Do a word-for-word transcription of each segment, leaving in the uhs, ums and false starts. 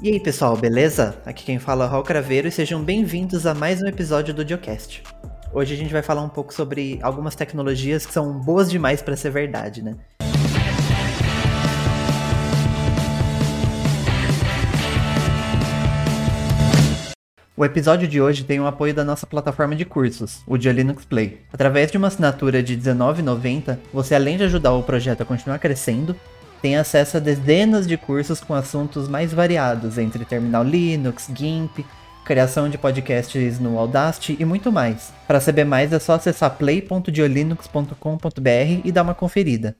E aí pessoal, beleza? Aqui quem fala é o Raul Craveiro e sejam bem-vindos a mais um episódio do Diocast. Hoje a gente vai falar um pouco sobre algumas tecnologias que são boas demais para ser verdade, né? O episódio de hoje tem o apoio da nossa plataforma de cursos, o Diolinux Play. Através de uma assinatura de dezenove reais e noventa centavos, você além de ajudar o projeto a continuar crescendo, tem acesso a dezenas de cursos com assuntos mais variados, entre terminal Linux, GIMP, criação de podcasts no Audacity e muito mais. Para saber mais é só acessar play ponto diolinux ponto com ponto b r e dar uma conferida.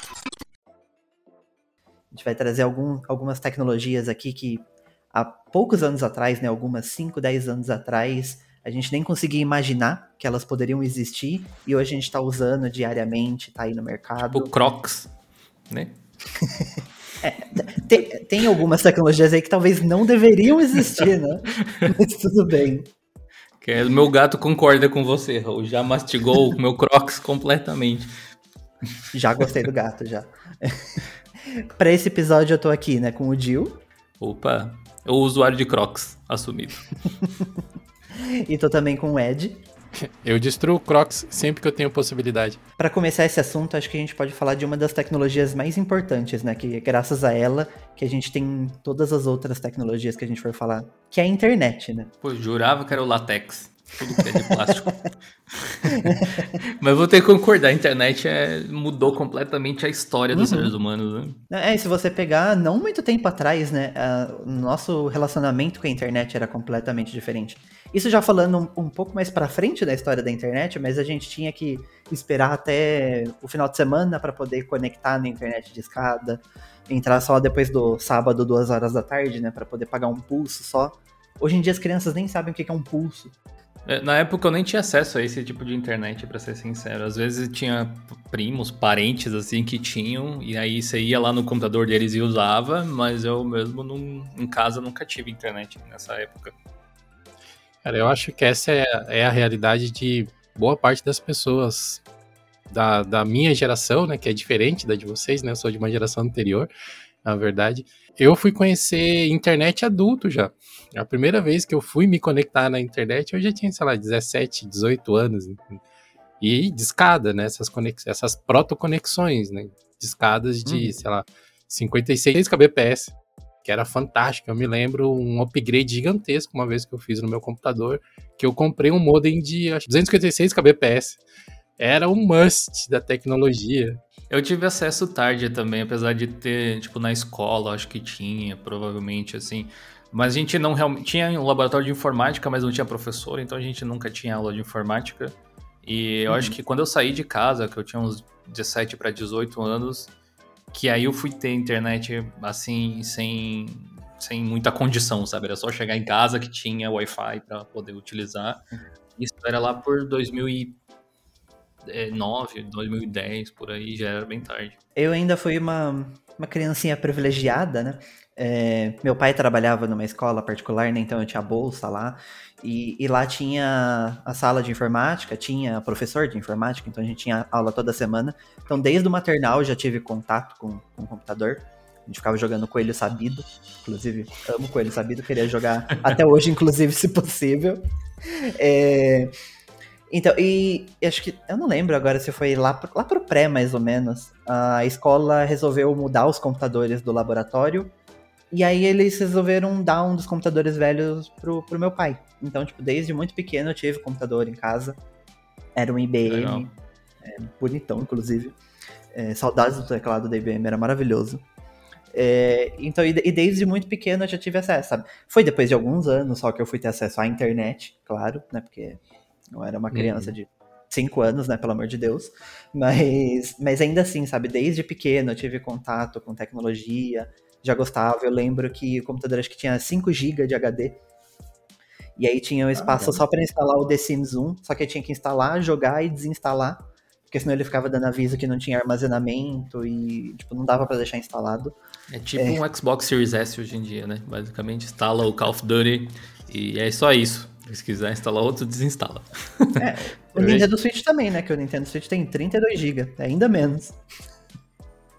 A gente vai trazer algum, algumas tecnologias aqui que há poucos anos atrás, né, algumas cinco, dez anos atrás, a gente nem conseguia imaginar que elas poderiam existir e hoje a gente está usando diariamente, está aí no mercado. Tipo Crocs, né? É, tem, tem algumas tecnologias aí que talvez não deveriam existir, né? Mas tudo bem. Que o meu gato concorda com você, Raul. Já mastigou o meu Crocs completamente. Já gostei do gato, já. Para esse episódio eu tô aqui, né, com o Gil. Opa, o usuário de Crocs, assumido. E tô também com o Ed. Eu destruo Crocs sempre que eu tenho possibilidade. Para começar esse assunto, acho que a gente pode falar de uma das tecnologias mais importantes, né? Que é graças a ela que a gente tem todas as outras tecnologias que a gente for falar, que é a internet, né? Pô, jurava que era o látex. Tudo que é de plástico. Mas vou ter que concordar, a internet é, mudou completamente a história dos uhum. seres humanos, né? É, e se você pegar, não muito tempo atrás, né, o nosso relacionamento com a internet era completamente diferente. Isso já falando um, um pouco mais pra frente da história da internet, mas a gente tinha que esperar até o final de semana para poder conectar na internet de escada, entrar só depois do sábado, duas horas da tarde, né, para poder pagar um pulso só. Hoje em dia as crianças nem sabem o que é um pulso. Na época eu nem tinha acesso a esse tipo de internet, pra ser sincero. Às vezes tinha primos, parentes, assim, que tinham, e aí você ia lá no computador deles e usava, mas eu mesmo não, em casa nunca tive internet nessa época. Cara, eu acho que essa é, é a realidade de boa parte das pessoas da, da minha geração, né, que é diferente da de vocês, né, eu sou de uma geração anterior, na verdade. Eu fui conhecer internet adulto já. A primeira vez que eu fui me conectar na internet, eu já tinha, sei lá, dezessete, dezoito anos. E de escada, né? Essas, conex... Essas proto-conexões, né? De escadas de, uhum. sei lá, cinquenta e seis kbps, que era fantástico. Eu me lembro um upgrade gigantesco uma vez que eu fiz no meu computador, que eu comprei um modem de acho, duzentos e cinquenta e seis kbps. Era um must da tecnologia. Eu tive acesso tarde também, apesar de ter, tipo, na escola, acho que tinha, provavelmente, assim. Mas a gente não realmente... Tinha um laboratório de informática, mas não tinha professor, então a gente nunca tinha aula de informática. E eu uhum. acho que quando eu saí de casa, que eu tinha uns dezessete para dezoito anos, que aí eu fui ter internet, assim, sem, sem muita condição, sabe? Era só chegar em casa que tinha Wi-Fi para poder utilizar. Isso era lá por dois mil e nove, dois mil e dez, por aí, já era bem tarde. Eu ainda fui uma, uma criancinha privilegiada, né? É, meu pai trabalhava numa escola particular, né? Então eu tinha bolsa lá. E, e lá tinha a sala de informática, tinha professor de informática, então a gente tinha aula toda semana. Então desde o maternal eu já tive contato com, com o computador. A gente ficava jogando Coelho Sabido. Inclusive, amo Coelho Sabido, queria jogar até hoje, inclusive, se possível. É... Então, e acho que, eu não lembro agora se foi lá, lá pro pré, mais ou menos, a escola resolveu mudar os computadores do laboratório, e aí eles resolveram dar um dos computadores velhos pro, pro meu pai. Então, tipo, desde muito pequeno eu tive computador em casa, era um I B M, é, bonitão, inclusive, é, saudades do teclado da I B M, era maravilhoso. É, então, e, e desde muito pequeno eu já tive acesso, sabe? Foi depois de alguns anos só que eu fui ter acesso à internet, claro, né, porque... Não era uma criança uhum. de cinco anos, né, pelo amor de Deus. Mas, mas ainda assim, sabe, desde pequeno eu tive contato com tecnologia, já gostava. Eu lembro que o computador acho que tinha cinco gigas de H D. E aí tinha um espaço ah, só para instalar o The Sims um, só que eu tinha que instalar, jogar e desinstalar, porque senão ele ficava dando aviso que não tinha armazenamento e, tipo, não dava para deixar instalado. É tipo é. um Xbox Series S hoje em dia, né? Basicamente instala o Call of Duty e é só isso. Se quiser instalar outro, desinstala. É, o Nintendo Switch também, né? Que o Nintendo Switch tem trinta e dois gigas, ainda menos.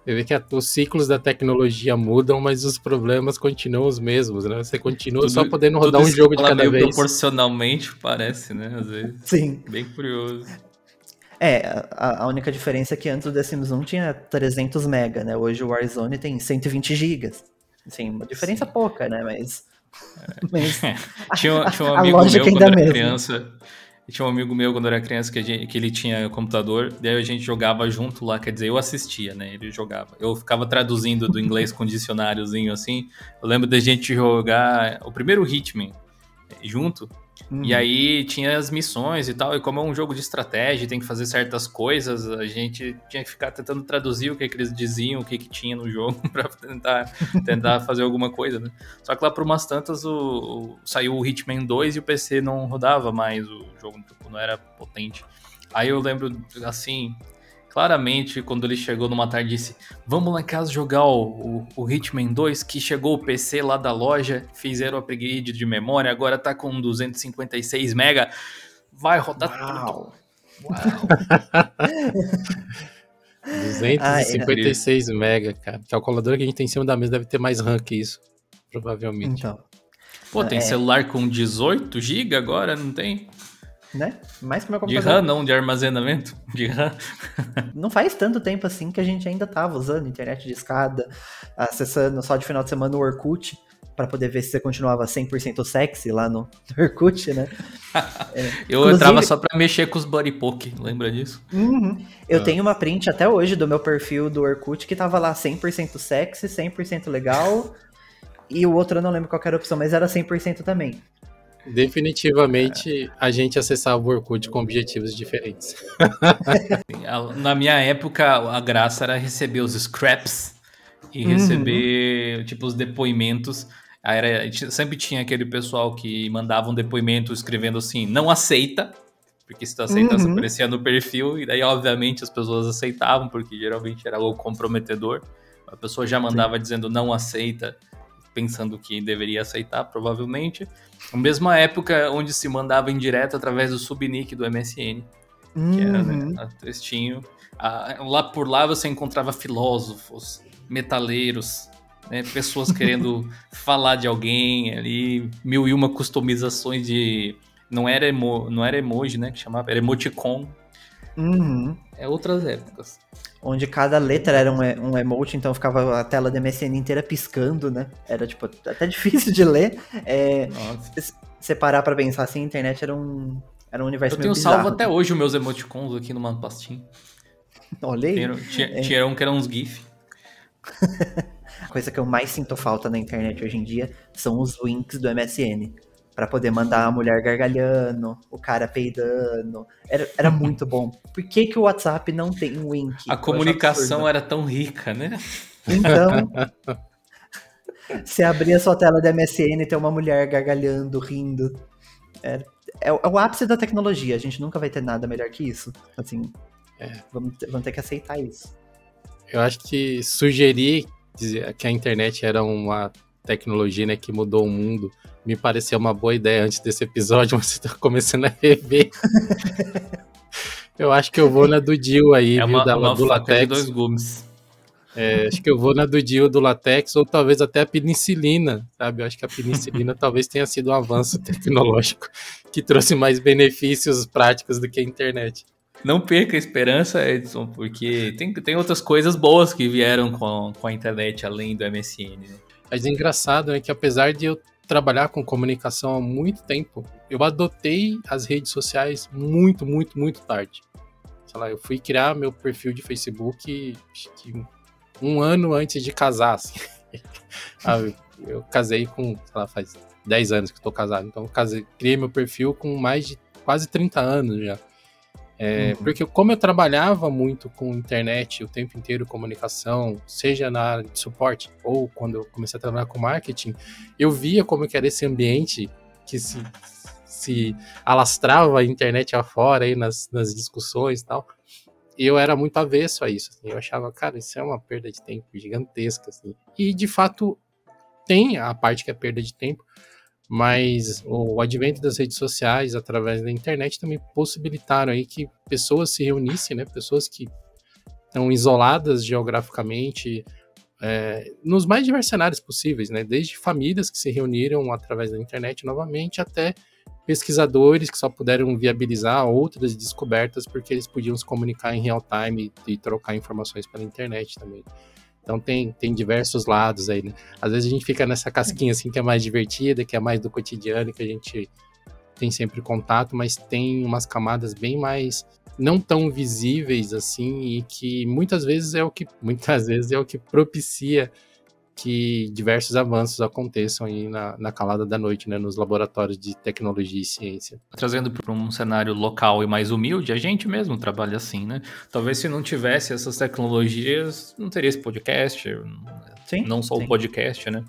Você vê que a, os ciclos da tecnologia mudam, mas os problemas continuam os mesmos, né? Você continua tudo, só podendo rodar um jogo de cada meio vez. Proporcionalmente, parece, né? Às vezes. Sim. Bem curioso. É, a, a única diferença é que antes o The Sims um tinha trezentos mega, né? Hoje o Warzone tem cento e vinte gigas. Assim, uma diferença Sim. pouca, né? Mas... É. mas tinha, tinha um amigo meu quando era mesmo. criança... Tinha um amigo meu quando eu era criança que, a gente, que ele tinha computador, daí a gente jogava junto lá, quer dizer, eu assistia, né? Ele jogava. Eu ficava traduzindo do inglês com um dicionáriozinho assim. Eu lembro da gente jogar o primeiro Hitman junto. Hum. E aí tinha as missões e tal, e como é um jogo de estratégia, tem que fazer certas coisas, a gente tinha que ficar tentando traduzir o que, que eles diziam, o que, que tinha no jogo pra tentar, tentar fazer alguma coisa, né? Só que lá por umas tantas o, o, saiu o Hitman dois e o P C não rodava mais, o jogo não era potente. Aí eu lembro, assim, claramente, quando ele chegou numa tarde e disse, vamos lá em casa jogar o, o, o Hitman dois, que chegou o P C lá da loja, fizeram o upgrade de memória, agora tá com duzentos e cinquenta e seis mega, vai rodar Uau. tudo. Uau! duzentos e cinquenta e seis ah, é. mega, cara. A calculadora que a gente tem em cima da mesa deve ter mais RAM que isso, provavelmente. Então. Pô, tem é. celular com dezoito gigas agora, não tem? Né? Mais que meu computador. De RAM, não, de armazenamento. De RAM. Não faz tanto tempo assim que a gente ainda tava usando internet de escada, acessando só de final de semana o Orkut, pra poder ver se você continuava cem por cento sexy lá no, no Orkut, né? É. Eu Inclusive... entrava só pra mexer com os buddy poke, lembra disso? Uhum. Eu ah. tenho uma print até hoje do meu perfil do Orkut que tava lá cem por cento sexy, cem por cento legal, e o outro eu não lembro qual era a opção, mas era cem por cento também. Definitivamente a gente acessava o Orkut com objetivos diferentes. Na minha época, a graça era receber os scraps e receber uhum. tipo os depoimentos. Aí era, sempre tinha aquele pessoal que mandava um depoimento escrevendo assim, não aceita, porque se tu aceitasse uhum. aparecia no perfil, e daí obviamente as pessoas aceitavam, porque geralmente era algo comprometedor. A pessoa já mandava Sim. dizendo não aceita, pensando que deveria aceitar, provavelmente. Na mesma época onde se mandava em direto através do subnick do M S N, uhum. que era, né, a textinho. Ah, lá por lá você encontrava filósofos, metaleiros, né, pessoas querendo falar de alguém ali, mil e uma customizações de... Não era, emo... não era emoji, né, que chamava, era emoticon. Uhum. É outras épocas. Onde cada letra era um, um emote, então ficava a tela do M S N inteira piscando, né? Era, tipo, até difícil de ler. É, se parar pra pensar assim, a internet era um, era um universo Eu meio tenho bizarro. salvo até hoje os meus emoticons aqui numa pastinha. Olha aí. Tinha, tinha, é. tinha um que era uns GIF. A coisa que eu mais sinto falta na internet hoje em dia são os links do M S N. Pra poder mandar a mulher gargalhando, o cara peidando. Era, era muito bom. Por que, que o WhatsApp não tem um link? A comunicação era tão rica, né? Então, você abria sua tela do M S N e tem uma mulher gargalhando, rindo. É, é, é o ápice da tecnologia. A gente nunca vai ter nada melhor que isso. Assim, é, vamos, ter, vamos ter que aceitar isso. Eu acho que sugerir dizer que a internet era uma tecnologia, né, que mudou o mundo me pareceu uma boa ideia antes desse episódio, mas você tá começando a rever. Eu acho que eu vou na do Dio aí, é viu? Uma, da, uma do faca latex. De dois gumes. É, acho que eu vou na do Dio do latex, ou talvez até a penicilina, sabe? Eu acho que a penicilina talvez tenha sido um avanço tecnológico que trouxe mais benefícios práticos do que a internet. Não perca a esperança, Edson, porque tem, tem outras coisas boas que vieram com, com a internet, além do M S N, né? Mas é engraçado, né, que apesar de eu trabalhar com comunicação há muito tempo, eu adotei as redes sociais muito, muito, muito tarde. Sei lá, eu fui criar meu perfil de Facebook acho que um ano antes de casar, assim. Eu casei com, sei lá, faz dez anos que eu tô casado, então eu casei, criei meu perfil com mais de quase trinta anos já. É, uhum. Porque como eu trabalhava muito com internet o tempo inteiro, comunicação, seja na área de suporte ou quando eu comecei a trabalhar com marketing, eu via como que era esse ambiente que se, se alastrava a internet afora aí nas, nas discussões e tal, e eu era muito avesso a isso, assim. Eu achava, cara, isso é uma perda de tempo gigantesca, assim. E de fato tem a parte que é perda de tempo, mas o advento das redes sociais através da internet também possibilitaram aí que pessoas se reunissem, né? Pessoas que estão isoladas geograficamente, é, nos mais diversos cenários possíveis, né? Desde famílias que se reuniram através da internet novamente, até pesquisadores que só puderam viabilizar outras descobertas porque eles podiam se comunicar em real time e, e trocar informações pela internet também. Então tem, tem diversos lados aí, né? Às vezes a gente fica nessa casquinha assim que é mais divertida, que é mais do cotidiano, que a gente tem sempre contato, mas tem umas camadas bem mais não tão visíveis assim, e que muitas vezes é o que muitas vezes é o que propicia que diversos avanços aconteçam aí na, na calada da noite, né, nos laboratórios de tecnologia e ciência. Trazendo para um cenário local e mais humilde, a gente mesmo trabalha assim, né? Talvez se não tivesse essas tecnologias, não teria esse podcast, Sim, não só sim. o podcast, né?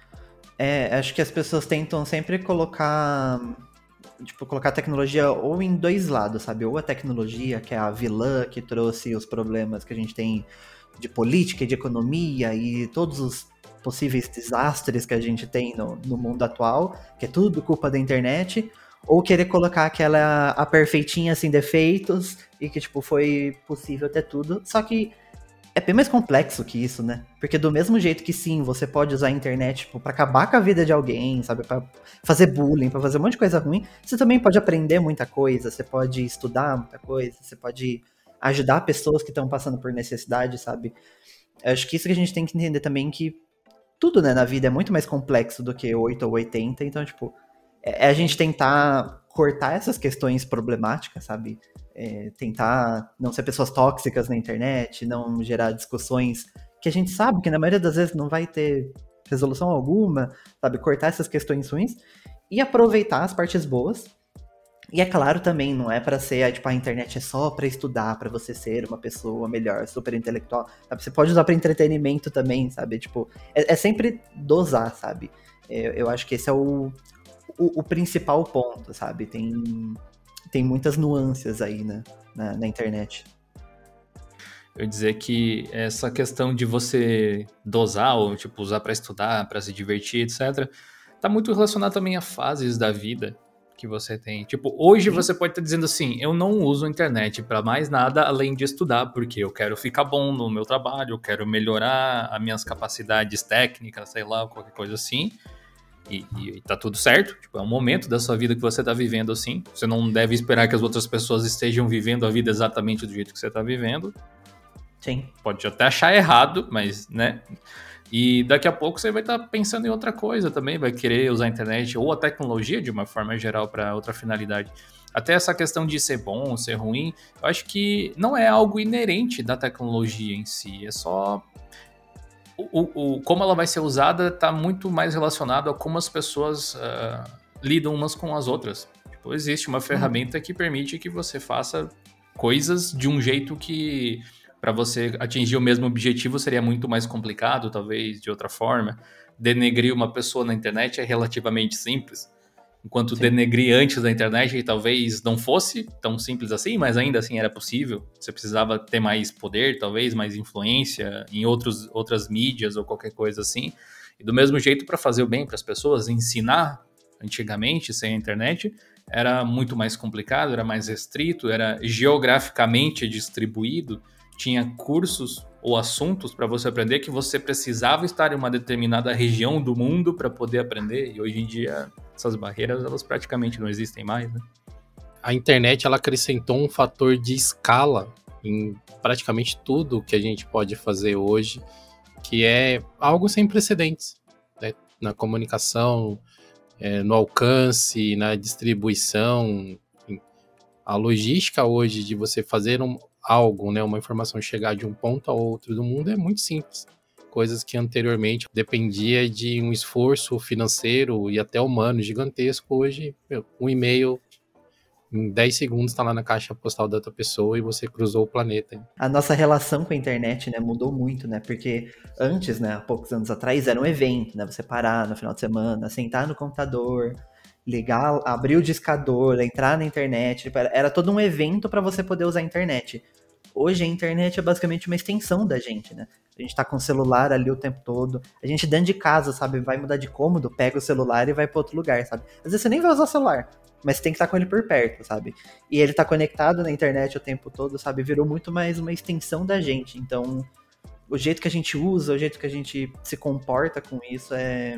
É, acho que as pessoas tentam sempre colocar, tipo, colocar a tecnologia ou em dois lados, sabe? Ou a tecnologia, que é a vilã que trouxe os problemas que a gente tem de política e de economia e todos os possíveis desastres que a gente tem no, no mundo atual, que é tudo culpa da internet, ou querer colocar aquela a perfeitinha sem defeitos e que, tipo, foi possível ter tudo, só que é bem mais complexo que isso, né? Porque do mesmo jeito que sim, você pode usar a internet, tipo, pra acabar com a vida de alguém, sabe? Pra fazer bullying, pra fazer um monte de coisa ruim, você também pode aprender muita coisa, você pode estudar muita coisa, você pode ajudar pessoas que estão passando por necessidade, sabe? Eu acho que isso que a gente tem que entender também, que tudo, né, na vida é muito mais complexo do que oito ou oitenta, então, tipo, é a gente tentar cortar essas questões problemáticas, sabe? É, tentar não ser pessoas tóxicas na internet, não gerar discussões que a gente sabe que na maioria das vezes não vai ter resolução alguma, sabe? Cortar essas questões ruins e aproveitar as partes boas. E é claro também, não é pra ser, tipo, a internet é só pra estudar, pra você ser uma pessoa melhor, super intelectual, sabe? Você pode usar pra entretenimento também, sabe? Tipo, é, é sempre dosar, sabe? É, eu acho que esse é o, o, o principal ponto, sabe? Tem, tem muitas nuances aí, né, na, na internet. Eu dizer que essa questão de você dosar ou, tipo, usar pra estudar, pra se divertir, etcétera, tá muito relacionado também a fases da vida que você tem. Tipo, hoje Sim. você pode estar dizendo assim, eu não uso a internet pra mais nada além de estudar, porque eu quero ficar bom no meu trabalho, eu quero melhorar as minhas capacidades técnicas, sei lá, qualquer coisa assim. E, e, e tá tudo certo. Tipo, é um momento da sua vida que você tá vivendo assim. Você não deve esperar que as outras pessoas estejam vivendo a vida exatamente do jeito que você tá vivendo. Sim. Pode até achar errado, mas, né? E daqui a pouco você vai estar pensando em outra coisa também, vai querer usar a internet ou a tecnologia de uma forma geral para outra finalidade. Até essa questão de ser bom, ser ruim, eu acho que não é algo inerente da tecnologia em si, é só o, o, o como ela vai ser usada está muito mais relacionado a como as pessoas uh, lidam umas com as outras. Tipo, existe uma ferramenta que permite que você faça coisas de um jeito que para você atingir o mesmo objetivo seria muito mais complicado, talvez de outra forma. Denegrir uma pessoa na internet é relativamente simples, enquanto Sim. denegrir antes da internet talvez não fosse tão simples assim, mas ainda assim era possível. Você precisava ter mais poder, talvez mais influência em outros, outras mídias ou qualquer coisa assim. E do mesmo jeito, para fazer o bem para as pessoas, ensinar antigamente, sem a internet, era muito mais complicado, era mais restrito, era geograficamente distribuído. Tinha cursos ou assuntos para você aprender que você precisava estar em uma determinada região do mundo para poder aprender. E hoje em dia, essas barreiras, elas praticamente não existem mais, né? A internet, ela acrescentou um fator de escala em praticamente tudo que a gente pode fazer hoje, que é algo sem precedentes, né? Na comunicação, é, no alcance, na distribuição. A logística hoje de você fazer um algo, né, uma informação chegar de um ponto a outro do mundo é muito simples. Coisas que anteriormente dependia de um esforço financeiro e até humano gigantesco, hoje meu, um e-mail em dez segundos está lá na caixa postal da outra pessoa e você cruzou o planeta. A nossa relação com a internet, né, mudou muito, né, porque antes, né, há poucos anos atrás, era um evento, né, você parar no final de semana, sentar no computador, ligar, abrir o discador, entrar na internet, era todo um evento para você poder usar a internet. Hoje a internet é basicamente uma extensão da gente, né? A gente tá com o celular ali o tempo todo. A gente dentro de casa, sabe? Vai mudar de cômodo, pega o celular e vai pra outro lugar, sabe? Às vezes você nem vai usar o celular, mas você tem que estar com ele por perto, sabe? E ele tá conectado na internet o tempo todo, sabe? Virou muito mais uma extensão da gente. Então, o jeito que a gente usa, o jeito que a gente se comporta com isso é...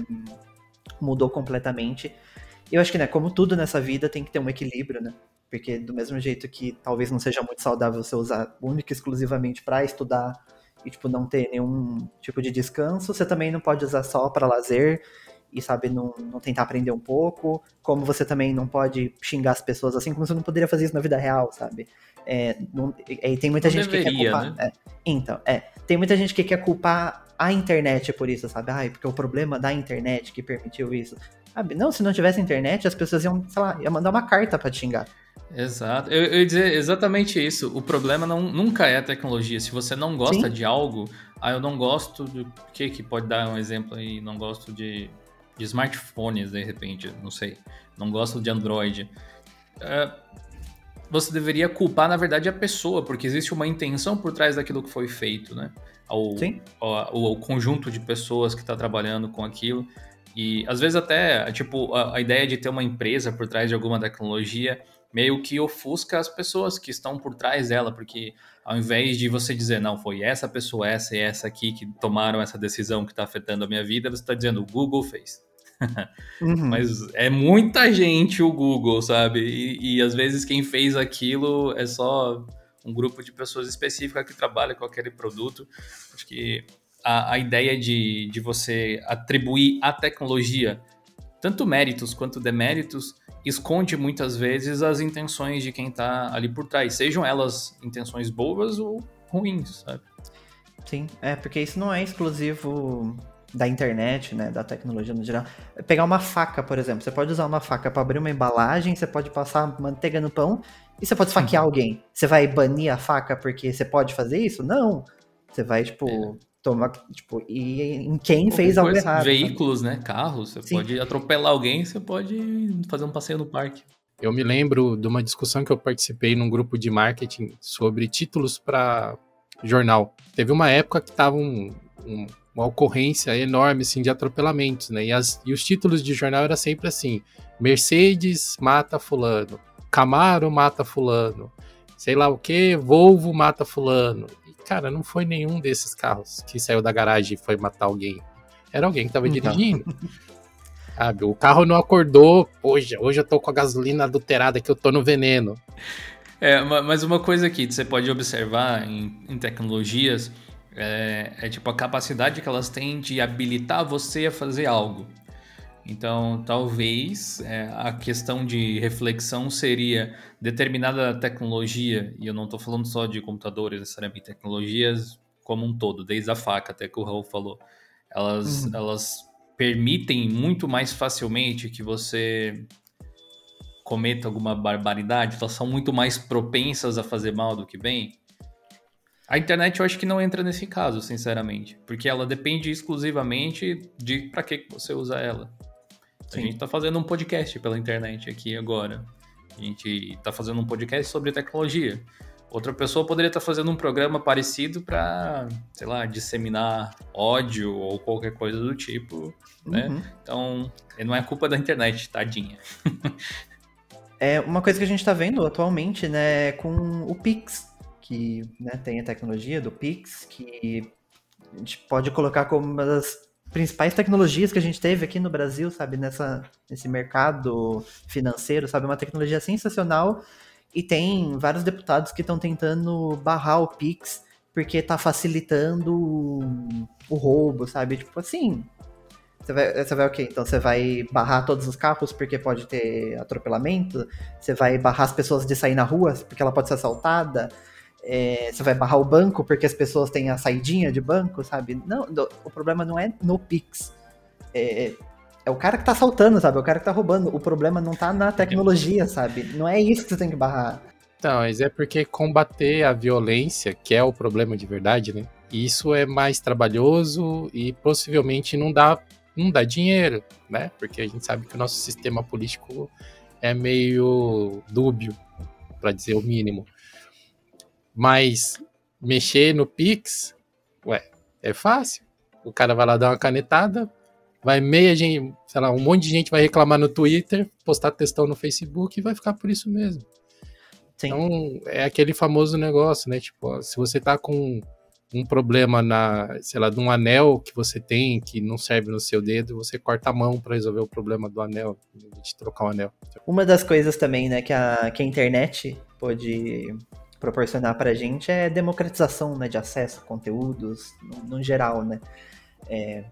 mudou completamente. Eu acho que, né, como tudo nessa vida, tem que ter um equilíbrio, né? Porque do mesmo jeito que talvez não seja muito saudável você usar única e exclusivamente para estudar e, tipo, não ter nenhum tipo de descanso, você também não pode usar só para lazer e, sabe, não, não tentar aprender um pouco, como você também não pode xingar as pessoas assim, como você não poderia fazer isso na vida real, sabe? É, não, e tem muita Não gente deveria, que quer culpar... né? É, então, é, tem muita gente que quer culpar a internet por isso, sabe? Ai, porque o problema da internet que permitiu isso. Sabe? Não, se não tivesse internet, as pessoas iam, sei lá, iam mandar uma carta pra te xingar. Exato. Eu, eu ia dizer exatamente isso. O problema não, nunca é a tecnologia. Se você não gosta Sim. de algo, ah, eu não gosto do que que pode dar um exemplo aí, não gosto de, de smartphones, de repente, não sei. Não gosto de Android. É, você deveria culpar, na verdade, a pessoa, porque existe uma intenção por trás daquilo que foi feito, né? O, Sim. o, o conjunto de pessoas que está trabalhando com aquilo. E às vezes até, tipo, a, a ideia de ter uma empresa por trás de alguma tecnologia meio que ofusca as pessoas que estão por trás dela, porque ao invés de você dizer, não, foi essa pessoa, essa e essa aqui que tomaram essa decisão que está afetando a minha vida, você está dizendo, o Google fez. Uhum. Mas é muita gente o Google, sabe? E, e às vezes quem fez aquilo é só um grupo de pessoas específicas que trabalham com aquele produto. Acho que a, a ideia de, de você atribuir à tecnologia tanto méritos quanto deméritos esconde muitas vezes as intenções de quem está ali por trás, sejam elas intenções boas ou ruins, sabe? Sim, é porque isso não é exclusivo da internet, né, da tecnologia no geral. Pegar uma faca, por exemplo, você pode usar uma faca para abrir uma embalagem, você pode passar manteiga no pão e você pode esfaquear Uhum. alguém. Você vai banir a faca porque você pode fazer isso? Não. Você vai, tipo, É. tomar, tipo, ir em quem Qualquer fez algo coisa, errado, sabe? veículos, né, carros, você Sim. pode atropelar alguém, você pode fazer um passeio no parque. Eu me lembro de uma discussão que eu participei num grupo de marketing sobre títulos para jornal. Teve uma época que tava um, um, uma ocorrência enorme assim, de atropelamentos, né? E, as, e os títulos de jornal era sempre assim: Mercedes mata fulano, Camaro mata fulano, sei lá o que, Volvo mata fulano. E, cara, não foi nenhum desses carros que saiu da garagem e foi matar alguém. Era alguém que estava Então. dirigindo. Sabe, o carro não acordou, hoje, hoje eu tô com a gasolina adulterada que eu tô no veneno. É, mas uma coisa que você pode observar em, em tecnologias é, é tipo a capacidade que elas têm de habilitar você a fazer algo. Então, talvez é, a questão de reflexão seria determinada tecnologia, e eu não estou falando só de computadores, necessariamente, tecnologias como um todo, desde a faca até que o Raul falou, elas, Uhum. elas permitem muito mais facilmente que você cometa alguma barbaridade, elas são muito mais propensas a fazer mal do que bem. A internet eu acho que não entra nesse caso, sinceramente, porque ela depende exclusivamente de para que você usa ela. A Sim. gente tá fazendo um podcast pela internet aqui agora. A gente tá fazendo um podcast sobre tecnologia. Outra pessoa poderia estar fazendo um programa parecido para, sei lá, disseminar ódio ou qualquer coisa do tipo, né? Uhum. Então, não é culpa da internet, tadinha. É uma coisa que a gente está vendo atualmente, né, com o Pix, que, né, tem a tecnologia do Pix, que a gente pode colocar como uma das principais tecnologias que a gente teve aqui no Brasil, sabe, nessa, nesse mercado financeiro, sabe, uma tecnologia sensacional, e tem vários deputados que estão tentando barrar o Pix porque está facilitando o roubo, sabe, tipo assim... Você vai, você vai o quê? Então você vai barrar todos os carros porque pode ter atropelamento? Você vai barrar as pessoas de sair na rua porque ela pode ser assaltada? É, você vai barrar o banco porque as pessoas têm a saidinha de banco, sabe? Não, o problema não é no Pix. É, é o cara que tá assaltando, sabe? É o cara que tá roubando. O problema não tá na tecnologia, sabe? Não é isso que você tem que barrar. Então, mas é porque combater a violência, que é o problema de verdade, né? Isso é mais trabalhoso e possivelmente não dá não dá dinheiro, né? Porque a gente sabe que o nosso sistema político é meio dúbio, para dizer o mínimo. Mas mexer no Pix, ué, é fácil. O cara vai lá dar uma canetada, vai meia gente, sei lá, um monte de gente vai reclamar no Twitter, postar textão no Facebook e vai ficar por isso mesmo. Sim. Então, é aquele famoso negócio, né? Tipo, ó, se você tá com um problema na, sei lá, de um anel que você tem que não serve no seu dedo, você corta a mão para resolver o problema do anel, de trocar o anel. Uma das coisas também, né, que a, que a internet pode proporcionar pra gente é democratização, né, de acesso a conteúdos, no, no geral, né. É,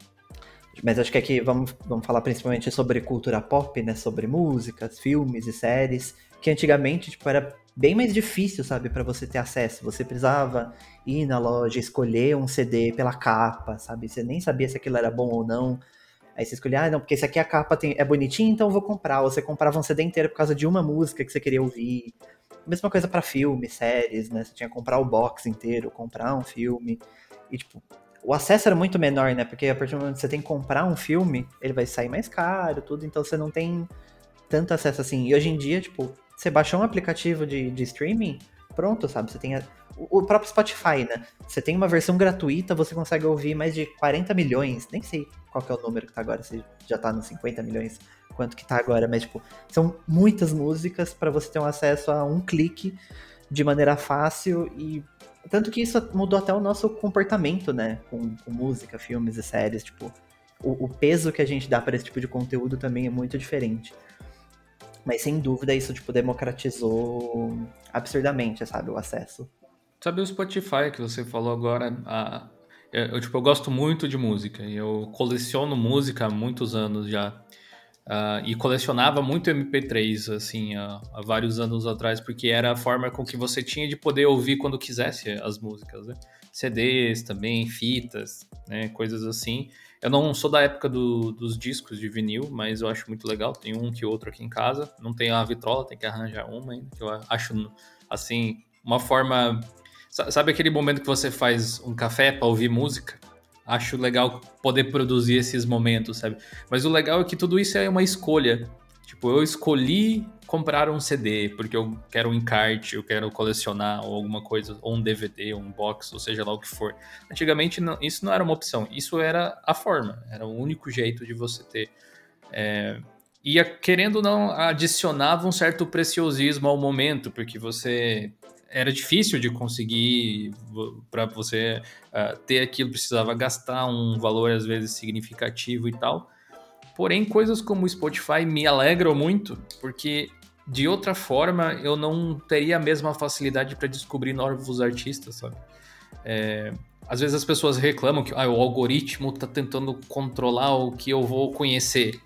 mas acho que aqui vamos, vamos falar principalmente sobre cultura pop, né, sobre músicas, filmes e séries, que antigamente, tipo, era bem mais difícil, sabe, pra você ter acesso. Você precisava ir na loja, escolher um C D pela capa, sabe, você nem sabia se aquilo era bom ou não. Aí você escolhia, ah, não, porque esse aqui a capa tem, é bonitinha, então eu vou comprar. Ou você comprava um C D inteiro por causa de uma música que você queria ouvir. Mesma coisa pra filmes, séries, né? Você tinha que comprar o box inteiro, comprar um filme. E, tipo, o acesso era muito menor, né? Porque a partir do momento que você tem que comprar um filme, ele vai sair mais caro, tudo. Então você não tem tanto acesso assim. E hoje em dia, tipo, você baixou um aplicativo de, de streaming, pronto, sabe? Você tem a, o, o próprio Spotify, né? Você tem uma versão gratuita, você consegue ouvir mais de quarenta milhões, nem sei qual que é o número que tá agora, se já tá nos cinquenta milhões, quanto que tá agora, mas, tipo, são muitas músicas para você ter um acesso a um clique de maneira fácil e tanto que isso mudou até o nosso comportamento, né? Com, com música, filmes e séries, tipo, o, o peso que a gente dá para esse tipo de conteúdo também é muito diferente. Mas sem dúvida isso, tipo, democratizou absurdamente, sabe, o acesso. Sabe o Spotify que você falou agora? Ah, eu, eu, tipo, eu gosto muito de música. Eu coleciono música há muitos anos já. Ah, e colecionava muito M P três, assim, há, há vários anos atrás, porque era a forma com que você tinha de poder ouvir quando quisesse as músicas, né? C Ds também, fitas, né? Coisas assim. Eu não sou da época do, dos discos de vinil, mas eu acho muito legal. Tem um que outro aqui em casa. Não tenho a vitrola, tem que arranjar uma ainda, que eu acho, assim, uma forma... Sabe aquele momento que você faz um café para ouvir música? Acho legal poder produzir esses momentos, sabe? Mas o legal é que tudo isso é uma escolha. Tipo, eu escolhi comprar um C D porque eu quero um encarte, eu quero colecionar ou alguma coisa, ou um D V D, ou um box, ou seja lá o que for. Antigamente não, isso não era uma opção, isso era a forma, era o único jeito de você ter. É... E querendo ou não, adicionava um certo preciosismo ao momento, porque você... Era difícil de conseguir, para você uh, ter aquilo, precisava gastar um valor às vezes significativo e tal. Porém, coisas como o Spotify me alegram muito, porque de outra forma eu não teria a mesma facilidade para descobrir novos artistas, sabe? É, às vezes as pessoas reclamam que ah, o algoritmo está tentando controlar o que eu vou conhecer.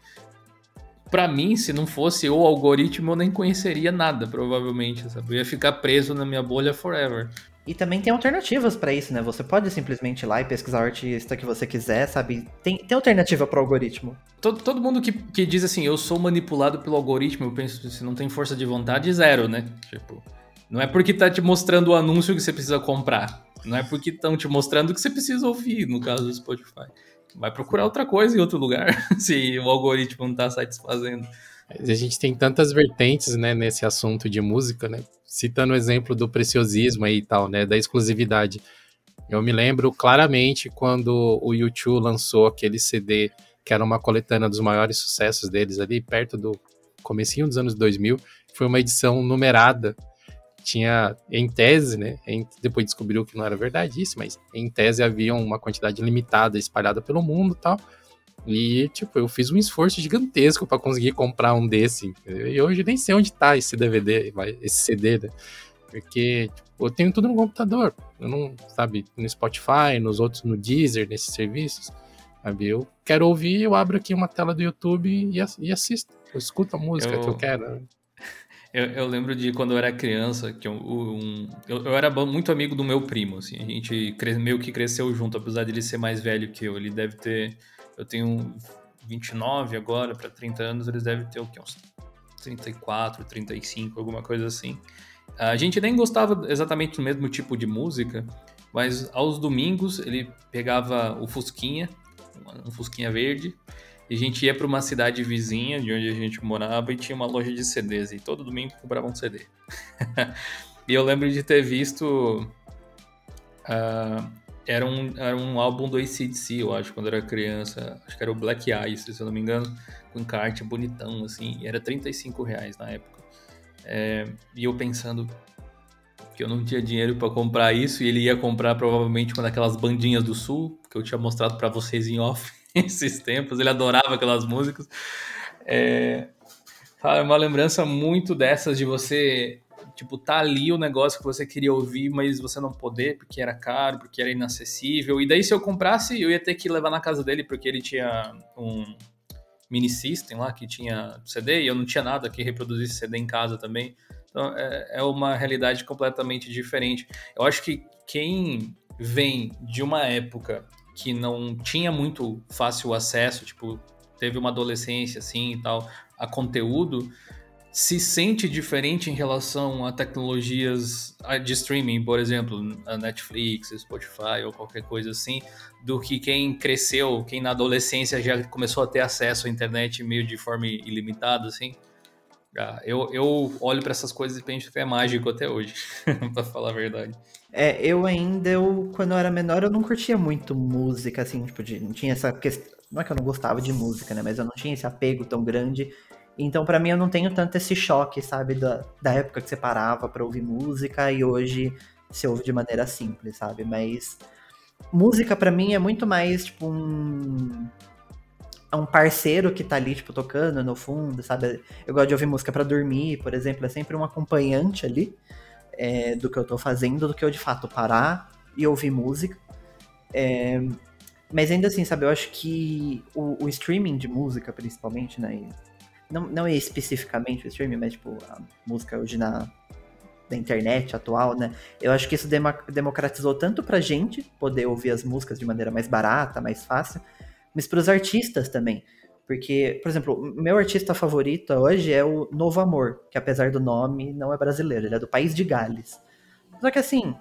Pra mim, se não fosse o algoritmo, eu nem conheceria nada, provavelmente, sabe? Eu ia ficar preso na minha bolha forever. E também tem alternativas pra isso, né? Você pode simplesmente ir lá e pesquisar o artista que você quiser, sabe? Tem, tem alternativa pro algoritmo. Todo, todo mundo que, que diz assim, eu sou manipulado pelo algoritmo, eu penso, se não tem força de vontade, zero, né? Tipo, não é porque tá te mostrando o anúncio que você precisa comprar. Não é porque estão te mostrando que você precisa ouvir, no caso do Spotify. Vai procurar outra coisa em outro lugar, se o algoritmo não tá satisfazendo. A gente tem tantas vertentes, né, nesse assunto de música, né? Citando o exemplo do preciosismo aí e tal, né, da exclusividade. Eu me lembro claramente quando o U dois lançou aquele C D que era uma coletânea dos maiores sucessos deles ali, perto do comecinho dos anos dois mil. Foi uma edição numerada. Tinha, em tese, né, em, depois descobriu que não era verdade isso, mas em tese havia uma quantidade limitada espalhada pelo mundo e tal, e, tipo, eu fiz um esforço gigantesco para conseguir comprar um desse, e hoje nem sei onde tá esse D V D, esse C D, né, porque, tipo, eu tenho tudo no computador, eu não, sabe, no Spotify, nos outros, no Deezer, nesses serviços, sabe, eu quero ouvir, eu abro aqui uma tela do YouTube e, e assisto, eu escuto a música eu... que eu quero. Eu, eu lembro de quando eu era criança, que eu, um, eu, eu era muito amigo do meu primo, assim, a gente cre, meio que cresceu junto, apesar de ele ser mais velho que eu, ele deve ter, eu tenho vinte e nove agora, para trinta anos, eles devem ter o quê, uns trinta e quatro, trinta e cinco, alguma coisa assim. A gente nem gostava exatamente do mesmo tipo de música, mas aos domingos ele pegava o Fusquinha, um Fusquinha verde, e a gente ia para uma cidade vizinha de onde a gente morava e tinha uma loja de C Ds. E todo domingo comprava um C D. E eu lembro de ter visto... Uh, era, um, era um álbum do A C D C, eu acho, quando eu era criança. Acho que era o Black Ice, se eu não me engano. Com encarte bonitão, assim. E era trinta e cinco reais na época. É, e eu pensando que eu não tinha dinheiro pra comprar isso. E ele ia comprar provavelmente uma daquelas bandinhas do Sul, que eu tinha mostrado pra vocês em off esses tempos. Ele adorava aquelas músicas. É, é uma lembrança muito dessas de você... Tipo, tá ali o negócio que você queria ouvir, mas você não poder, porque era caro, porque era inacessível. E daí, se eu comprasse, eu ia ter que levar na casa dele, porque ele tinha um mini system lá, que tinha C D, e eu não tinha nada que reproduzisse C D em casa também. Então, é, é uma realidade completamente diferente. Eu acho que quem vem de uma época que não tinha muito fácil acesso, tipo, teve uma adolescência, assim, e tal, a conteúdo... se sente diferente em relação a tecnologias de streaming, por exemplo, a Netflix, Spotify ou qualquer coisa assim, do que quem cresceu, quem na adolescência já começou a ter acesso à internet meio de forma ilimitada, assim. Eu, eu olho para essas coisas e penso que é mágico até hoje, para falar a verdade. É, eu ainda, eu, quando eu era menor, eu não curtia muito música, assim, tipo, de, não tinha essa questão, não é que eu não gostava de música, né, mas eu não tinha esse apego tão grande. Então, pra mim, eu não tenho tanto esse choque, sabe, da, da época que você parava pra ouvir música e hoje se ouve de maneira simples, sabe? Mas música, pra mim, é muito mais, tipo, um... é um parceiro que tá ali, tipo, tocando no fundo, sabe? Eu gosto de ouvir música pra dormir, por exemplo, é sempre um acompanhante ali é, do que eu tô fazendo, do que eu, de fato, parar e ouvir música. É... Mas ainda assim, sabe, eu acho que o, o streaming de música, principalmente, né? Não, não é especificamente o streaming, mas tipo, a música hoje na, da internet atual, né? Eu acho que isso dema, democratizou tanto pra gente poder ouvir as músicas de maneira mais barata, mais fácil, mas pros artistas também. Porque, por exemplo, o meu artista favorito hoje é o Novo Amor, que apesar do nome, não é brasileiro, ele é do País de Gales. Só que assim,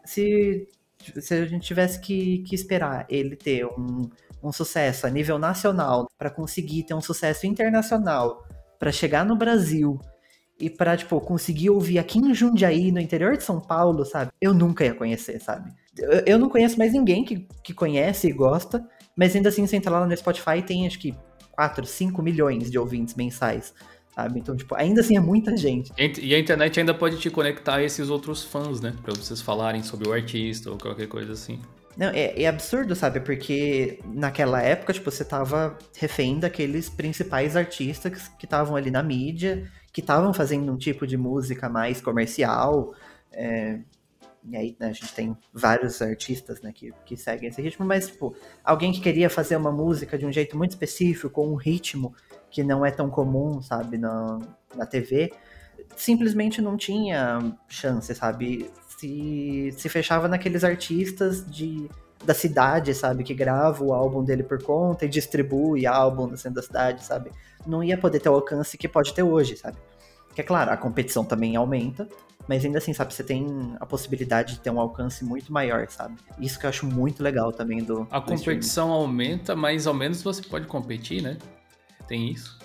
se, se a gente tivesse que, que esperar ele ter um... um sucesso a nível nacional, para conseguir ter um sucesso internacional, para chegar no Brasil e para tipo, conseguir ouvir aqui em Jundiaí, no interior de São Paulo, sabe? Eu nunca ia conhecer, sabe? Eu, eu não conheço mais ninguém que, que conhece e gosta, mas ainda assim, você entra lá no Spotify tem acho que quatro, cinco milhões de ouvintes mensais, sabe? Então, tipo, ainda assim é muita gente. E a internet ainda pode te conectar a esses outros fãs, né? Pra vocês falarem sobre o artista ou qualquer coisa assim. Não, é, é absurdo, sabe? Porque naquela época, tipo, você tava refém daqueles principais artistas que estavam ali na mídia, que estavam fazendo um tipo de música mais comercial. É, e aí, né, a gente tem vários artistas, né, que, que seguem esse ritmo, mas, tipo, alguém que queria fazer uma música de um jeito muito específico, com um ritmo que não é tão comum, sabe, na, na T V, simplesmente não tinha chance, sabe? Se, se fechava naqueles artistas de, da cidade, sabe? Que grava o álbum dele por conta e distribui álbum no centro da cidade, sabe? Não ia poder ter o alcance que pode ter hoje, sabe? Que é claro, a competição também aumenta, mas ainda assim, sabe? Você tem a possibilidade de ter um alcance muito maior, sabe? Isso que eu acho muito legal também do A do competição streaming. Aumenta, mas ao menos você pode competir, né? Tem isso.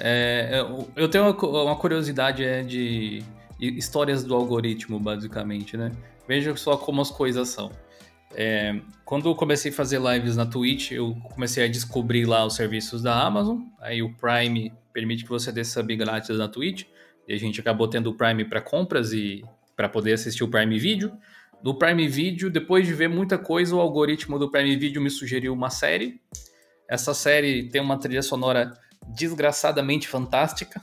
É, eu tenho uma curiosidade é, de histórias do algoritmo, basicamente, né? Veja só como as coisas são. É, quando eu comecei a fazer lives na Twitch, eu comecei a descobrir lá os serviços da Amazon. Aí o Prime permite que você dê sub grátis na Twitch. E a gente acabou tendo o Prime para compras e para poder assistir o Prime Video. No Prime Video, depois de ver muita coisa, o algoritmo do Prime Video me sugeriu uma série. Essa série tem uma trilha sonora desgraçadamente fantástica.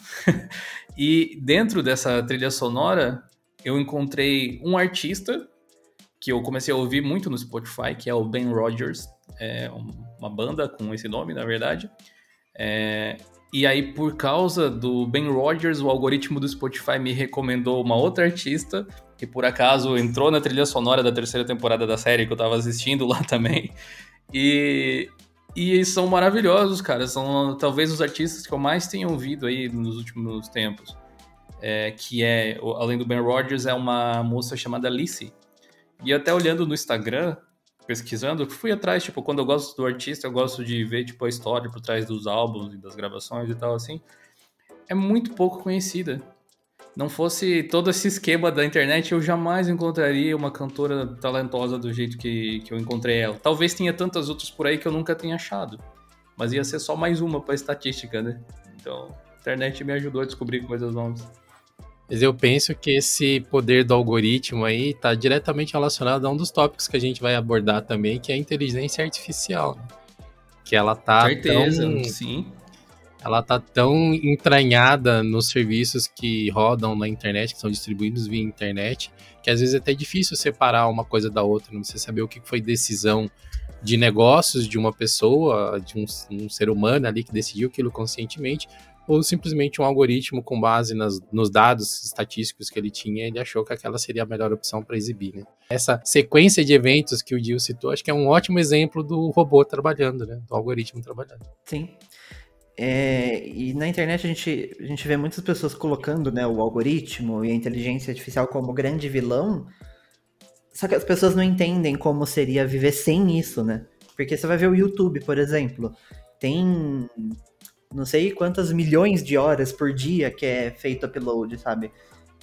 E dentro dessa trilha sonora, eu encontrei um artista que eu comecei a ouvir muito no Spotify, que é o Ben Rogers. É uma banda com esse nome, na verdade. É... E aí, por causa do Ben Rogers, o algoritmo do Spotify me recomendou uma outra artista, que por acaso entrou na trilha sonora da terceira temporada da série que eu tava assistindo lá também. E... E são maravilhosos, cara. São talvez os artistas que eu mais tenho ouvido aí nos últimos tempos. É, que é, além do Ben Rogers, é uma moça chamada Lissy. E até olhando no Instagram, pesquisando, fui atrás, tipo, quando eu gosto do artista, eu gosto de ver, tipo, a história por trás dos álbuns e das gravações e tal, assim. É muito pouco conhecida. não fosse todo esse esquema da internet, eu jamais encontraria uma cantora talentosa do jeito que, que eu encontrei ela. Talvez tenha tantas outras por aí que eu nunca tenha achado. Mas ia ser só mais uma pra estatística, né? Então, a internet me ajudou a descobrir coisas novas. Mas eu penso que esse poder do algoritmo aí está diretamente relacionado a um dos tópicos que a gente vai abordar também, que é a inteligência artificial. Que ela tá Certeza, tão... sim. Ela tá tão entranhada nos serviços que rodam na internet, que são distribuídos via internet, que às vezes é até difícil separar uma coisa da outra, não você saber o que foi decisão de negócios de uma pessoa, de um, um ser humano ali que decidiu aquilo conscientemente, ou simplesmente um algoritmo com base nas, nos dados estatísticos que ele tinha, ele achou que aquela seria a melhor opção para exibir, né? Essa sequência de eventos que o Gil citou, acho que é um ótimo exemplo do robô trabalhando, né? Do algoritmo trabalhando. Sim. É, e na internet a gente, a gente vê muitas pessoas colocando, né, o algoritmo e a inteligência artificial como grande vilão, só que as pessoas não entendem como seria viver sem isso, né? Porque você vai ver o YouTube, por exemplo, tem não sei quantas milhões de horas por dia que é feito upload, sabe?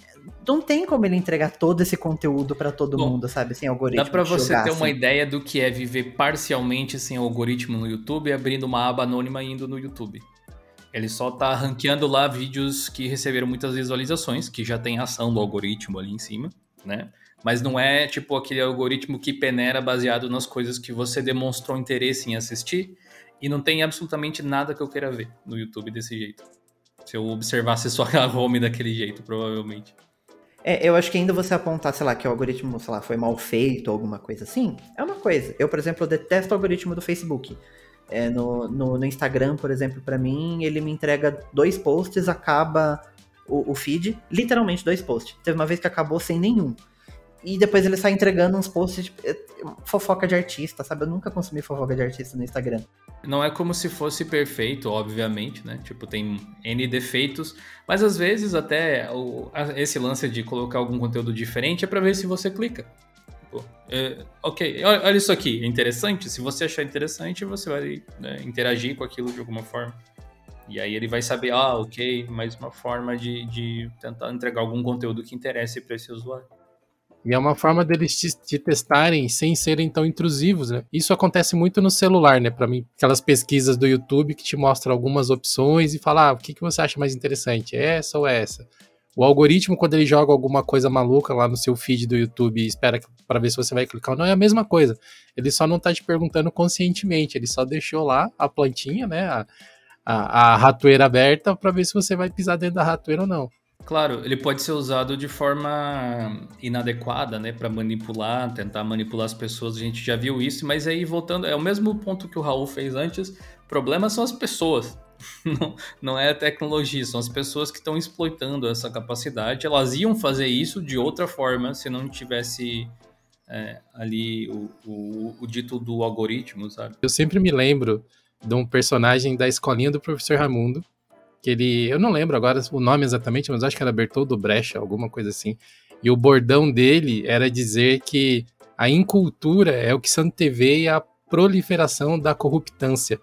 Não tem como ele entregar todo esse conteúdo pra todo Bom, mundo, sabe? Sem algoritmo. dá pra que você ter jogasse. uma ideia do que é viver parcialmente sem algoritmo no YouTube, abrindo uma aba anônima e indo no YouTube. Ele só tá ranqueando lá vídeos que receberam muitas visualizações, que já tem ação do algoritmo ali em cima, né? Mas não é tipo aquele algoritmo que peneira baseado nas coisas que você demonstrou interesse em assistir, e não tem absolutamente nada que eu queira ver no YouTube desse jeito. Se eu observasse só a home daquele jeito, provavelmente. É, eu acho que ainda você apontar, sei lá, que o algoritmo, sei lá, foi mal feito ou alguma coisa assim, é uma coisa. Eu, por exemplo, detesto o algoritmo do Facebook. É, no, no, no Instagram, por exemplo, pra mim, ele me entrega dois posts, acaba o, o feed, literalmente dois posts. Teve uma vez que acabou sem nenhum. E depois ele sai entregando uns posts de é, fofoca de artista, sabe? Eu nunca consumi fofoca de artista no Instagram. Não é como se fosse perfeito, obviamente, né? Tipo, tem N defeitos, mas às vezes até o, esse lance de colocar algum conteúdo diferente é pra ver se você clica. Tipo, é, ok, olha isso aqui, é interessante? Se você achar interessante, você vai, né, interagir com aquilo de alguma forma. E aí ele vai saber, ah, ok, mais uma forma de, de tentar entregar algum conteúdo que interesse para esse usuário. E é uma forma deles te, te testarem sem serem tão intrusivos, né? Isso acontece muito no celular, né? Para mim, aquelas pesquisas do YouTube que te mostram algumas opções e fala, ah, o que, que você acha mais interessante? Essa ou essa? O algoritmo, quando ele joga alguma coisa maluca lá no seu feed do YouTube e espera para ver se você vai clicar, não é a mesma coisa. Ele só não tá te perguntando conscientemente, ele só deixou lá a plantinha, né? A, a, a ratoeira aberta para ver se você vai pisar dentro da ratoeira ou não. Claro, ele pode ser usado de forma inadequada, né, para manipular, tentar manipular as pessoas, a gente já viu isso, mas aí voltando, é o mesmo ponto que o Raul fez antes, o problema são as pessoas, não, não é a tecnologia, são as pessoas que estão exploitando essa capacidade, elas iam fazer isso de outra forma se não tivesse é, ali o, o, o dito do algoritmo, sabe? Eu sempre me lembro de um personagem da escolinha do professor Raimundo, que ele, eu não lembro agora o nome exatamente, mas acho que era Bertoldo Brecht, alguma coisa assim. E o bordão dele era dizer que a incultura é o que se anteveia à proliferação da corruptância.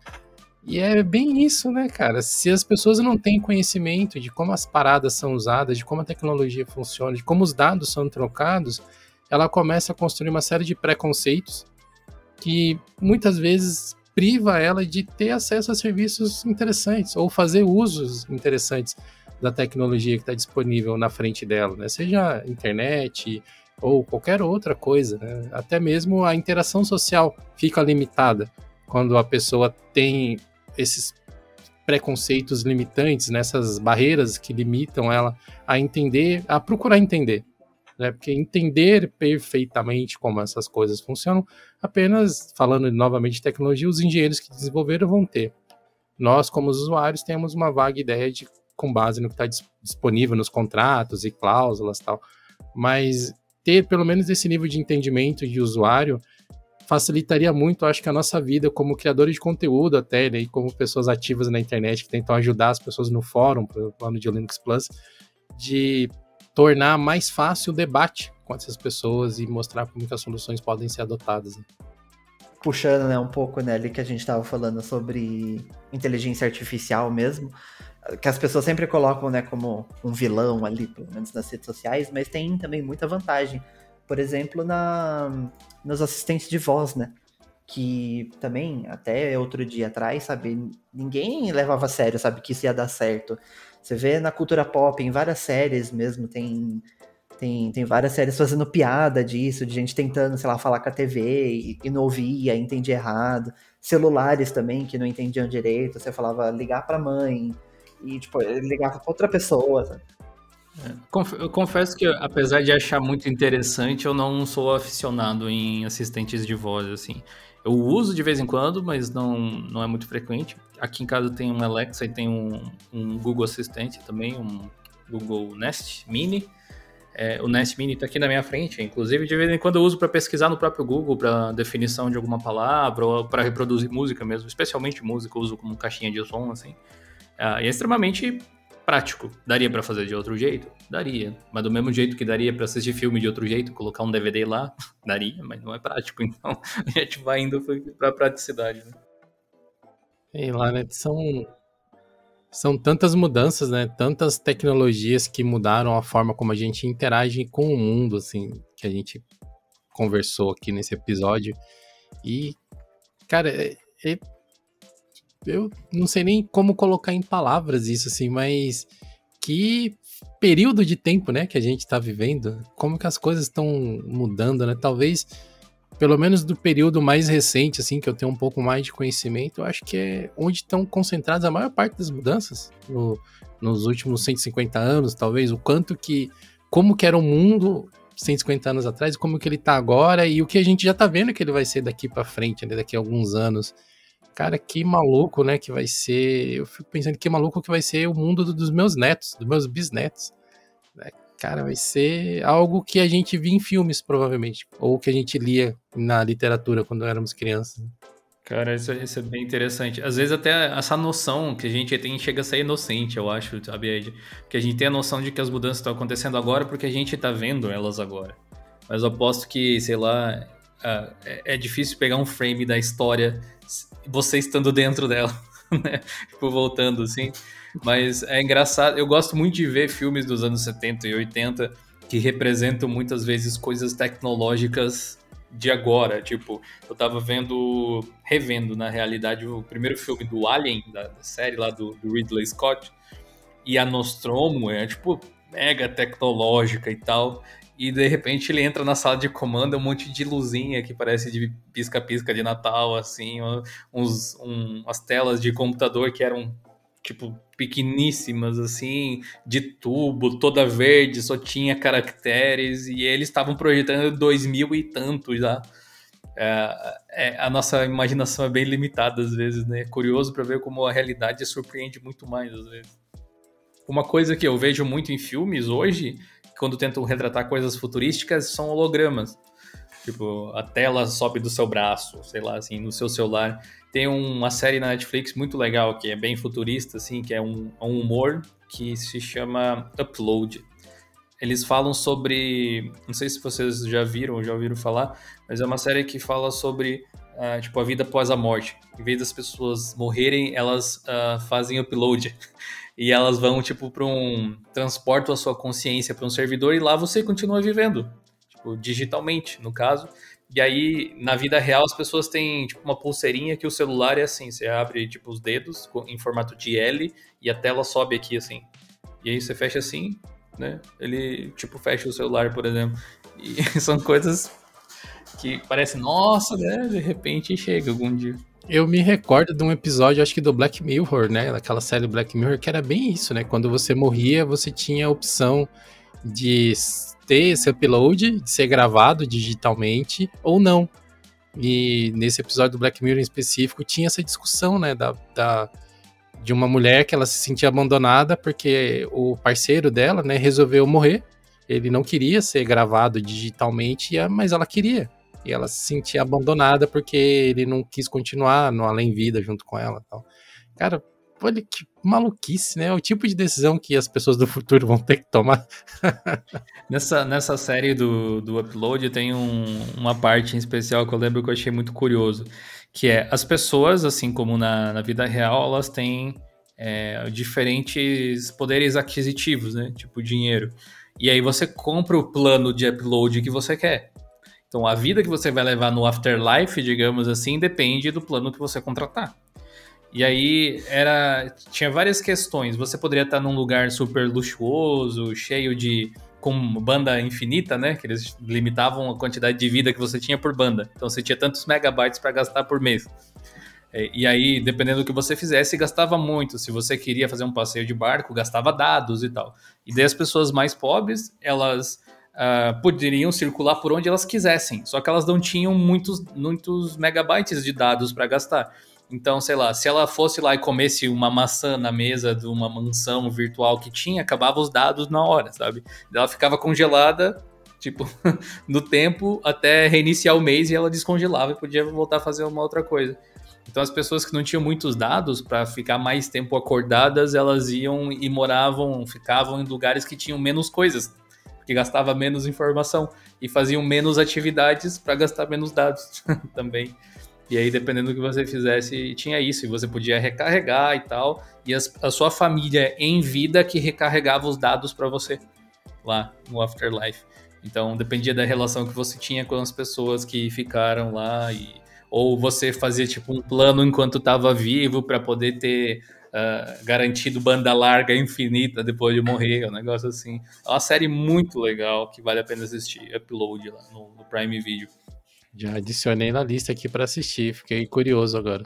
E é bem isso, né, cara? Se as pessoas não têm conhecimento de como as paradas são usadas, de como a tecnologia funciona, de como os dados são trocados, ela começa a construir uma série de preconceitos que muitas vezes priva ela de ter acesso a serviços interessantes ou fazer usos interessantes da tecnologia que está disponível na frente dela, né? Seja internet ou qualquer outra coisa, né? Até mesmo a interação social fica limitada quando a pessoa tem esses preconceitos limitantes, nessas barreiras que limitam ela a entender, a procurar entender. Né? Porque entender perfeitamente como essas coisas funcionam, apenas falando novamente de tecnologia, os engenheiros que desenvolveram vão ter. Nós, como usuários, temos uma vaga ideia de, com base no que está disponível nos contratos e cláusulas e tal, mas ter pelo menos esse nível de entendimento de usuário facilitaria muito, acho que a nossa vida como criadores de conteúdo até, né, e como pessoas ativas na internet que tentam ajudar as pessoas no fórum, pelo plano de Linux Plus, de tornar mais fácil o debate com essas pessoas e mostrar como que as soluções podem ser adotadas. Né? Puxando, né, um pouco, né, ali que a gente estava falando sobre inteligência artificial mesmo, que as pessoas sempre colocam, né, como um vilão ali, pelo menos nas redes sociais, mas tem também muita vantagem. Por exemplo, na, nos assistentes de voz, né? Que também, até outro dia atrás, sabe, ninguém levava a sério, sabe, que isso ia dar certo. Você vê na cultura pop, em várias séries mesmo, tem, tem, tem várias séries fazendo piada disso, de gente tentando, sei lá, falar com a T V e, e não ouvia, entendia errado. Celulares também, que não entendiam direito, você falava ligar pra mãe, e, tipo, ele ligava pra outra pessoa, sabe? Eu confesso que, apesar de achar muito interessante, eu não sou aficionado em assistentes de voz, assim. Eu uso de vez em quando, mas não, não é muito frequente. Aqui em casa tem um Alexa e tem um, um Google Assistente também, um Google Nest Mini. É, o Nest Mini está aqui na minha frente, inclusive de vez em quando eu uso para pesquisar no próprio Google, para definição de alguma palavra, ou para reproduzir música mesmo, especialmente música, eu uso como caixinha de som, assim. Ah, e é extremamente prático. Daria pra fazer de outro jeito? Daria. Mas do mesmo jeito que daria pra assistir filme de outro jeito, colocar um D V D lá, daria, mas não é prático. Então a gente vai indo pra praticidade, né? E lá, né, são, são tantas mudanças, né, tantas tecnologias que mudaram a forma como a gente interage com o mundo, assim, que a gente conversou aqui nesse episódio. E, cara, é, é eu não sei nem como colocar em palavras isso, assim, mas que período de tempo, né, que a gente tá vivendo, como que as coisas estão mudando, né, talvez, pelo menos do período mais recente, assim, que eu tenho um pouco mais de conhecimento, eu acho que é onde estão concentradas a maior parte das mudanças, no, nos últimos cento e cinquenta anos, talvez, o quanto que, como que era o mundo cento e cinquenta anos atrás, e como que ele tá agora, e o que a gente já tá vendo que ele vai ser daqui pra frente, né, daqui a alguns anos. Cara, que maluco, né, que vai ser... Eu fico pensando que maluco que vai ser o mundo dos meus netos, dos meus bisnetos. Né? Cara, vai ser algo que a gente via em filmes, provavelmente. Ou que a gente lia na literatura quando éramos crianças. Cara, isso, isso é bem interessante. Às vezes até essa noção que a gente tem chega a ser inocente, eu acho, sabe, Ed? Que a gente tem a noção de que as mudanças estão acontecendo agora porque a gente tá vendo elas agora. Mas eu aposto que, sei lá, é, é difícil pegar um frame da história você estando dentro dela, né? Tipo, voltando assim. Mas é engraçado, eu gosto muito de ver filmes dos anos setenta e oitenta que representam muitas vezes coisas tecnológicas de agora. Tipo, eu tava vendo, revendo na realidade, o primeiro filme do Alien, da, da série lá do, do Ridley Scott, e a Nostromo é tipo mega tecnológica e tal. E de repente ele entra na sala de comando, um monte de luzinha que parece de pisca-pisca de Natal, assim, uns, um, umas telas de computador que eram, tipo, pequeníssimas, assim, de tubo, toda verde, só tinha caracteres, e eles estavam projetando dois mil e tanto já. É, é, a nossa imaginação é bem limitada às vezes, né? É curioso para ver como a realidade surpreende muito mais às vezes. Uma coisa que eu vejo muito em filmes hoje, quando tentam retratar coisas futurísticas, são hologramas. Tipo, a tela sobe do seu braço, sei lá, assim, no seu celular. Tem uma série na Netflix muito legal, que é bem futurista, assim, que é um, um humor que se chama Upload. Eles falam sobre... Não sei se vocês já viram ou já ouviram falar, mas é uma série que fala sobre uh, tipo, a vida após a morte. Em vez das pessoas morrerem, elas uh, fazem upload. E elas vão, tipo, para um... transportam a sua consciência para um servidor e lá você continua vivendo. Tipo, digitalmente, no caso. E aí, na vida real, as pessoas têm, tipo, uma pulseirinha que o celular é assim. Você abre, tipo, os dedos em formato de L e a tela sobe aqui, assim. E aí você fecha assim, né? Ele, tipo, fecha o celular, por exemplo. E são coisas que parecem, nossa, né? De repente chega algum dia. Eu me recordo de um episódio, acho que do Black Mirror, né? Daquela série Black Mirror, que era bem isso, né? Quando você morria, você tinha a opção de ter esse upload, de ser gravado digitalmente ou não. E nesse episódio do Black Mirror em específico, tinha essa discussão, né? Da, da, de uma mulher que ela se sentia abandonada porque o parceiro dela, né, resolveu morrer. Ele não queria ser gravado digitalmente, mas ela queria. E ela se sentia abandonada porque ele não quis continuar no além-vida junto com ela. Tal. Cara, olha que maluquice, né? É o tipo de decisão que as pessoas do futuro vão ter que tomar. nessa, nessa série do, do Upload tem um, uma parte em especial que eu lembro que eu achei muito curioso, que é as pessoas, assim como na, na vida real, elas têm é, diferentes poderes aquisitivos, né? Tipo dinheiro. E aí você compra o plano de upload que você quer. Então a vida que você vai levar no afterlife, digamos assim, depende do plano que você contratar. E aí era, tinha várias questões. Você poderia estar num lugar super luxuoso, cheio de... com banda infinita, né? Que eles limitavam a quantidade de vida que você tinha por banda. Então você tinha tantos megabytes para gastar por mês. E aí, dependendo do que você fizesse, gastava muito. Se você queria fazer um passeio de barco, gastava dados e tal. E daí as pessoas mais pobres, elas uh, poderiam circular por onde elas quisessem. Só que elas não tinham muitos, muitos megabytes de dados para gastar. Então, sei lá, se ela fosse lá e comesse uma maçã na mesa de uma mansão virtual que tinha, acabava os dados na hora, sabe? Ela ficava congelada, tipo, no tempo até reiniciar o mês e ela descongelava e podia voltar a fazer uma outra coisa. Então as pessoas que não tinham muitos dados para ficar mais tempo acordadas, elas iam e moravam, ficavam em lugares que tinham menos coisas, porque gastava menos informação e faziam menos atividades para gastar menos dados também. E aí, dependendo do que você fizesse, tinha isso, e você podia recarregar e tal, e as, a sua família em vida que recarregava os dados para você lá no Afterlife. Então dependia da relação que você tinha com as pessoas que ficaram lá e... ou você fazia tipo um plano enquanto estava vivo para poder ter uh, garantido banda larga infinita depois de morrer, um negócio assim. É uma série muito legal que vale a pena assistir, Upload lá no, no Prime Video. Já adicionei na lista aqui para assistir, fiquei curioso agora.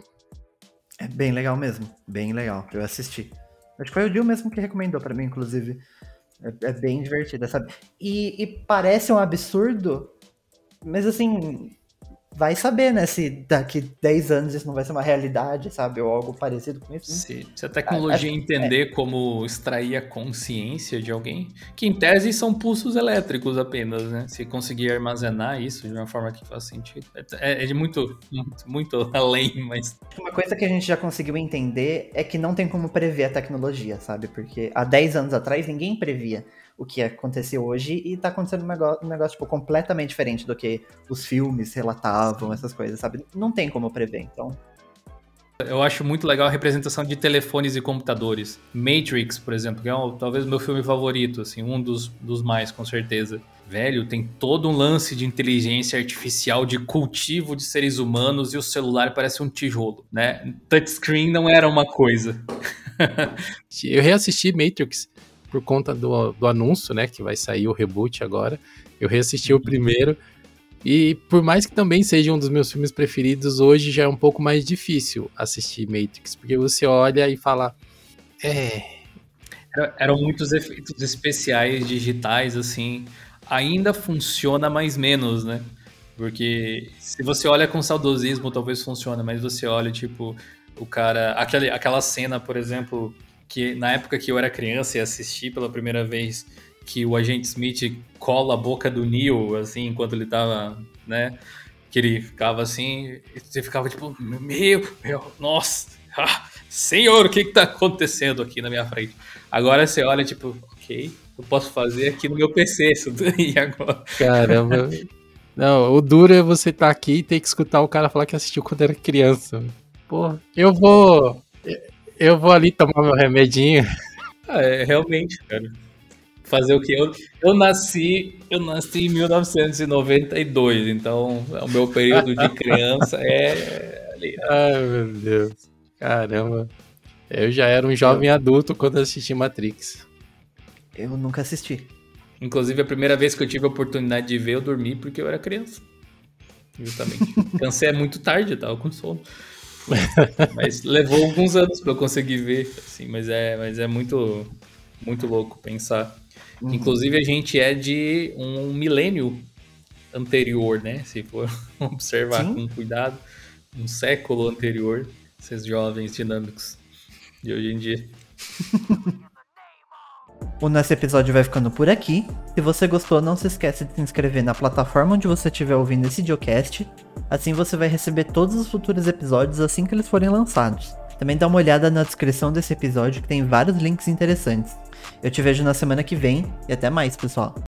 É bem legal mesmo, bem legal, eu assisti. Acho que foi o Gil mesmo que recomendou para mim, inclusive. É, é bem divertida, sabe? E, e parece um absurdo, mas assim... vai saber, né, se daqui dez anos isso não vai ser uma realidade, sabe, ou algo parecido com isso. Se, se a tecnologia Acho, entender é. como extrair a consciência de alguém, que em tese são pulsos elétricos apenas, né, se conseguir armazenar isso de uma forma que faz sentido. É, é de muito, muito, muito além, mas... Uma coisa que a gente já conseguiu entender é que não tem como prever a tecnologia, sabe, porque há dez anos atrás ninguém previa o que aconteceu hoje e tá acontecendo um negócio, um negócio tipo, completamente diferente do que os filmes relatavam, essas coisas, sabe? Não tem como prever, então... Eu acho muito legal a representação de telefones e computadores. Matrix, por exemplo, que é um, talvez o meu filme favorito, assim, um dos, dos mais, com certeza. Velho, tem todo um lance de inteligência artificial, de cultivo de seres humanos, e o celular parece um tijolo, né? Touchscreen não era uma coisa. Eu reassisti Matrix por conta do, do anúncio, né, que vai sair o reboot agora. Eu reassisti o primeiro, e por mais que também seja um dos meus filmes preferidos, hoje já é um pouco mais difícil assistir Matrix, porque você olha e fala... É... Era, eram muitos efeitos especiais digitais, assim, ainda funciona mais menos, né? Porque se você olha com saudosismo, talvez funcione, mas você olha, tipo, o cara... Aquele, aquela cena, por exemplo... que na época que eu era criança e assisti pela primeira vez, que o agente Smith cola a boca do Neo, assim, enquanto ele tava, né, que ele ficava assim, e você ficava tipo, meu, meu, nossa, ah, senhor, o que que tá acontecendo aqui na minha frente? Agora você olha, tipo, ok, eu posso fazer aqui no meu P C, isso e agora? Caramba, não, o duro é você estar tá aqui e ter que escutar o cara falar que assistiu quando era criança. Porra, eu vou... Eu vou ali tomar meu remedinho. Ah, é, realmente, cara. Fazer o quê? Eu, eu nasci, eu nasci em mil novecentos e noventa e dois, então o meu período de criança é ali. Ai, meu Deus. Caramba. Eu já era um jovem eu... adulto quando assisti Matrix. Eu nunca assisti. Inclusive, a primeira vez que eu tive a oportunidade de ver, eu dormi porque eu era criança. Justamente. Cansei muito tarde, eu tava com sono. Mas levou alguns anos pra eu conseguir ver, assim, mas é, mas é muito, muito louco pensar. Uhum. Inclusive, a gente é de um milênio anterior, né? Se for observar Sim. com cuidado, um século anterior, esses jovens dinâmicos de hoje em dia. O nosso episódio vai ficando por aqui. Se você gostou, não se esqueça de se inscrever na plataforma onde você estiver ouvindo esse videocast. Assim você vai receber todos os futuros episódios assim que eles forem lançados. Também dá uma olhada na descrição desse episódio que tem vários links interessantes. Eu te vejo na semana que vem e até mais, pessoal.